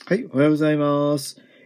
はい、おはようございます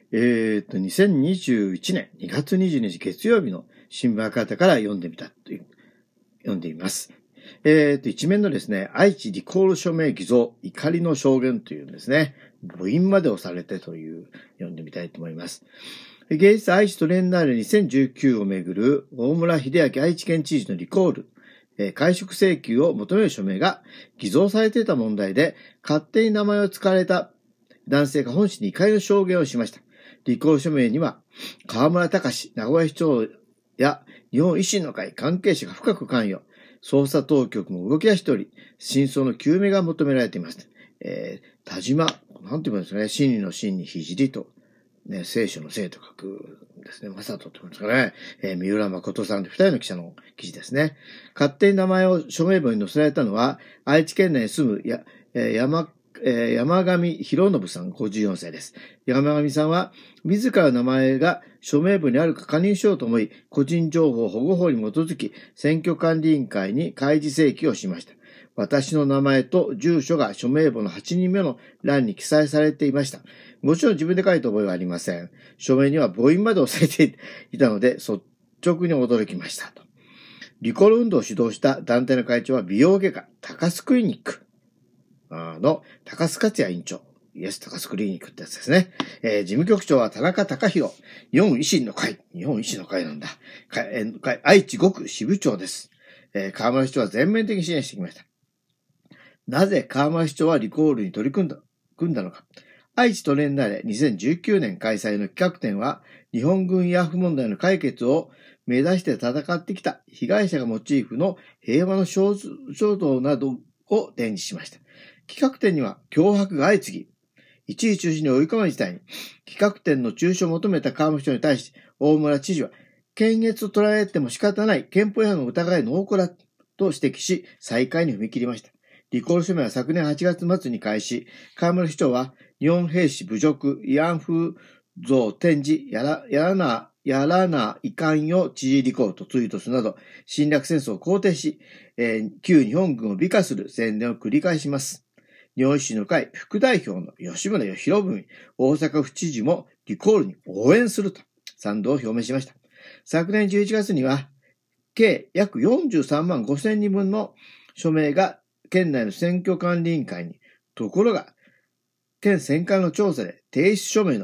。2021年2月22日月曜日の新聞赤旗から読んでいます。一面のですね、愛知リコール署名偽造、怒りの証言というんですね、部員まで押されてという読んでみたいと思います。芸術愛知トレンダーレ2019をめぐる大村秀明愛知県知事のリコール、解職請求を求める署名が偽造されていた問題で、勝手に名前を使われた男性が本市に怒りの証言をしました。リコール署名には、河村隆名古屋市長や日本維新の会関係者が深く関与、捜査当局も動き出しており、真相の究明が求められています。田島、なんて言うんですかね、真理の真に聖と、ね、聖書の聖と書くですね、正人って言うんですかね、三浦誠さんと二人の記者の記事ですね。勝手に名前を署名簿に載せられたのは、愛知県内に住む山上博信さん54歳です。山上さんは、自らの名前が署名簿にあるか加入しようと思い、個人情報保護法に基づき、選挙管理委員会に開示請求をしました。私の名前と住所が署名簿の8人目の欄に記載されていました。もちろん自分で書いた覚えはありません。署名には母音まで押されていたので、率直に驚きましたと。リコール運動を主導した団体の会長は美容外科高須クリニックの高須克也委員長。イエス高須クリニックってやつですね。事務局長は田中隆弘。日本維新の会なんだ。愛知5区支部長です。河村市長は全面的に支援してきました。なぜ河村市長はリコールに取り組んだのか。愛知トレンダーレ2019年開催の企画展は、日本軍慰安婦問題の解決を目指して戦ってきた被害者がモチーフの平和の衝動などを展示しました。企画展には脅迫が相次ぎ、一時中止に追い込まれる事態に、企画展の中止を求めた河村市長に対し、大村知事は、検閲と捉えても仕方ない憲法違反の疑い濃厚だと指摘し、再開に踏み切りました。リコール署名は昨年8月末に開始、河村市長は、日本兵士侮辱、慰安婦像展示、やらないかんよ知事リコールとツイートするなど、侵略戦争を肯定し、旧日本軍を美化する宣伝を繰り返します。日本維新の会副代表の吉村博文、大阪府知事もリコールに応援すると賛同を表明しました。昨年11月には、計約43万5千人分の署名が県内の選挙管理委員会に、ところが、県選管の調査で提出署名の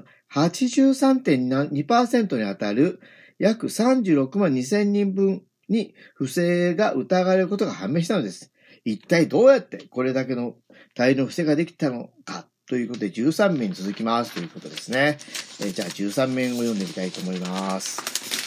83.2% に当たる約36万2千人分に不正が疑われることが判明したのです。一体どうやってこれだけの大量の不正ができたのかということで13面に続きますということですね。じゃあ13面を読んでみたいと思います。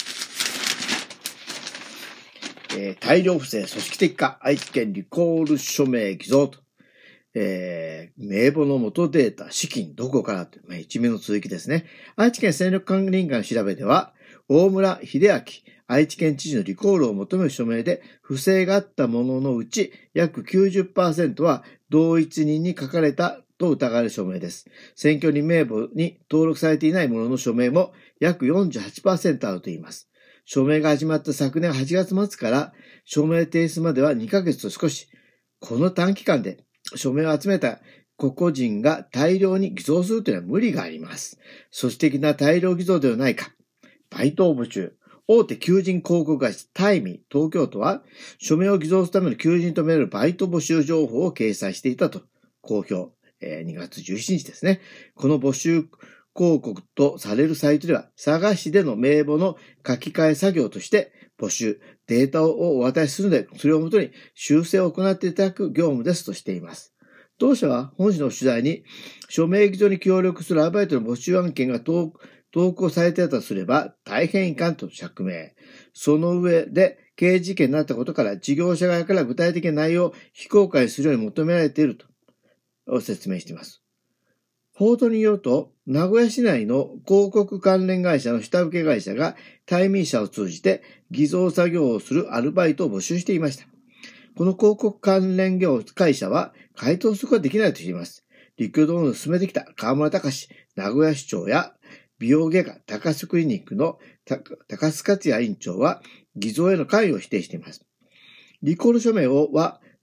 大量不正組織的化愛知県リコール署名偽造と。名簿の元データ、資金どこからという、一面の続きですね。愛知県戦力管理委員会の調べでは、大村秀明、愛知県知事のリコールを求める署名で不正があったもののうち約 90% は同一人に書かれたと疑われる署名です。選挙人名簿に登録されていないものの署名も約 48% あるといいます。署名が始まった昨年8月末から署名提出までは2ヶ月と少し、この短期間で署名を集めた個々人が大量に偽造するというのは無理があります。組織的な大量偽造ではないか。バイトを募集。大手求人広告会社タイミー東京都は署名を偽造するための求人と見られるバイト募集情報を掲載していたと公表。2月17日ですね。この募集広告とされるサイトでは佐賀市での名簿の書き換え作業として募集、データをお渡しするので、それをもとに修正を行っていただく業務ですとしています。当社は本市の取材に、署名偽造に協力するアルバイトの募集案件が投稿されていたとすれば、大変遺憾と釈明。その上で、刑事事件になったことから、事業者側から具体的な内容を非公開するように求められていると説明しています。報道によると、名古屋市内の広告関連会社の下請け会社がタイミー社を通じて偽造作業をするアルバイトを募集していました。この広告関連会社は回答することができないとしています。リクルートを進めてきた河村隆名古屋市長や美容外科高須クリニックの高須克也委員長は偽造への関与を否定しています。リコール署名は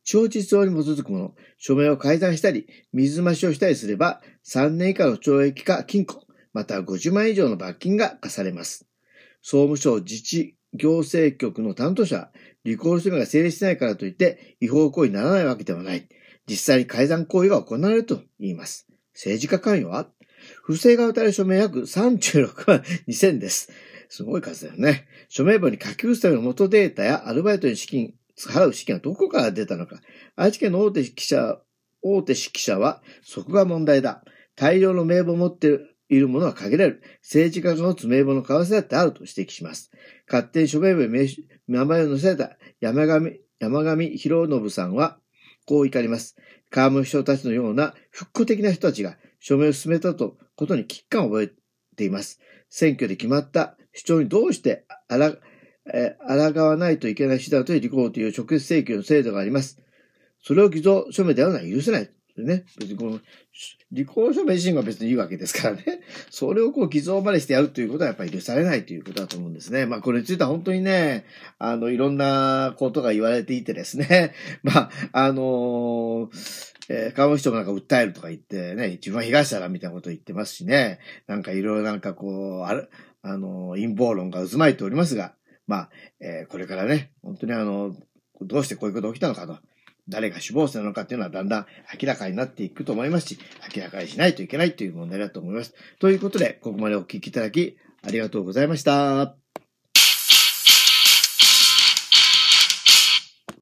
承知状に基づくもの、署名を改ざんしたり、水増しをしたりすれば、3年以下の懲役か禁錮、または50万円以上の罰金が課されます。総務省自治行政局の担当者は、リコール署名が成立しないからといって違法行為にならないわけではない。実際に改ざん行為が行われると言います。政治家関与は不正が渡る署名約36万2000です。すごい数だよね。署名簿に書き写すための元データやアルバイトに払う資金はどこから出たのか。愛知県の大手指揮者は、そこが問題だ。大量の名簿を持っているものは限られる。政治家が持つ名簿の為替だってあると指摘します。勝手に署名簿に名前を載せた山上博信さんは、こう怒ります。河村市長たちのような復興的な人たちが署名を進めたことに危機感を覚えています。選挙で決まった主張にどうして抗わないといけない手段というリコールという直接請求の制度があります。それを偽造署名であるのは許せない。ね。別にこの、リコール署名自身が別にいいわけですからね。それを偽造までしてやるということはやっぱり許されないということだと思うんですね。まあこれについては本当にね、いろんなことが言われていてですね。まあ、河村市長が訴えるとか言ってね、自分は被害者だみたいなことを言ってますしね。いろいろ陰謀論が渦巻いておりますが、まあ、これからね、本当にどうしてこういうことが起きたのかと。誰が首謀者なのかっていうのはだんだん明らかになっていくと思いますし、明らかにしないといけないという問題だと思います。ということで、ここまでお聞きいただきありがとうございました。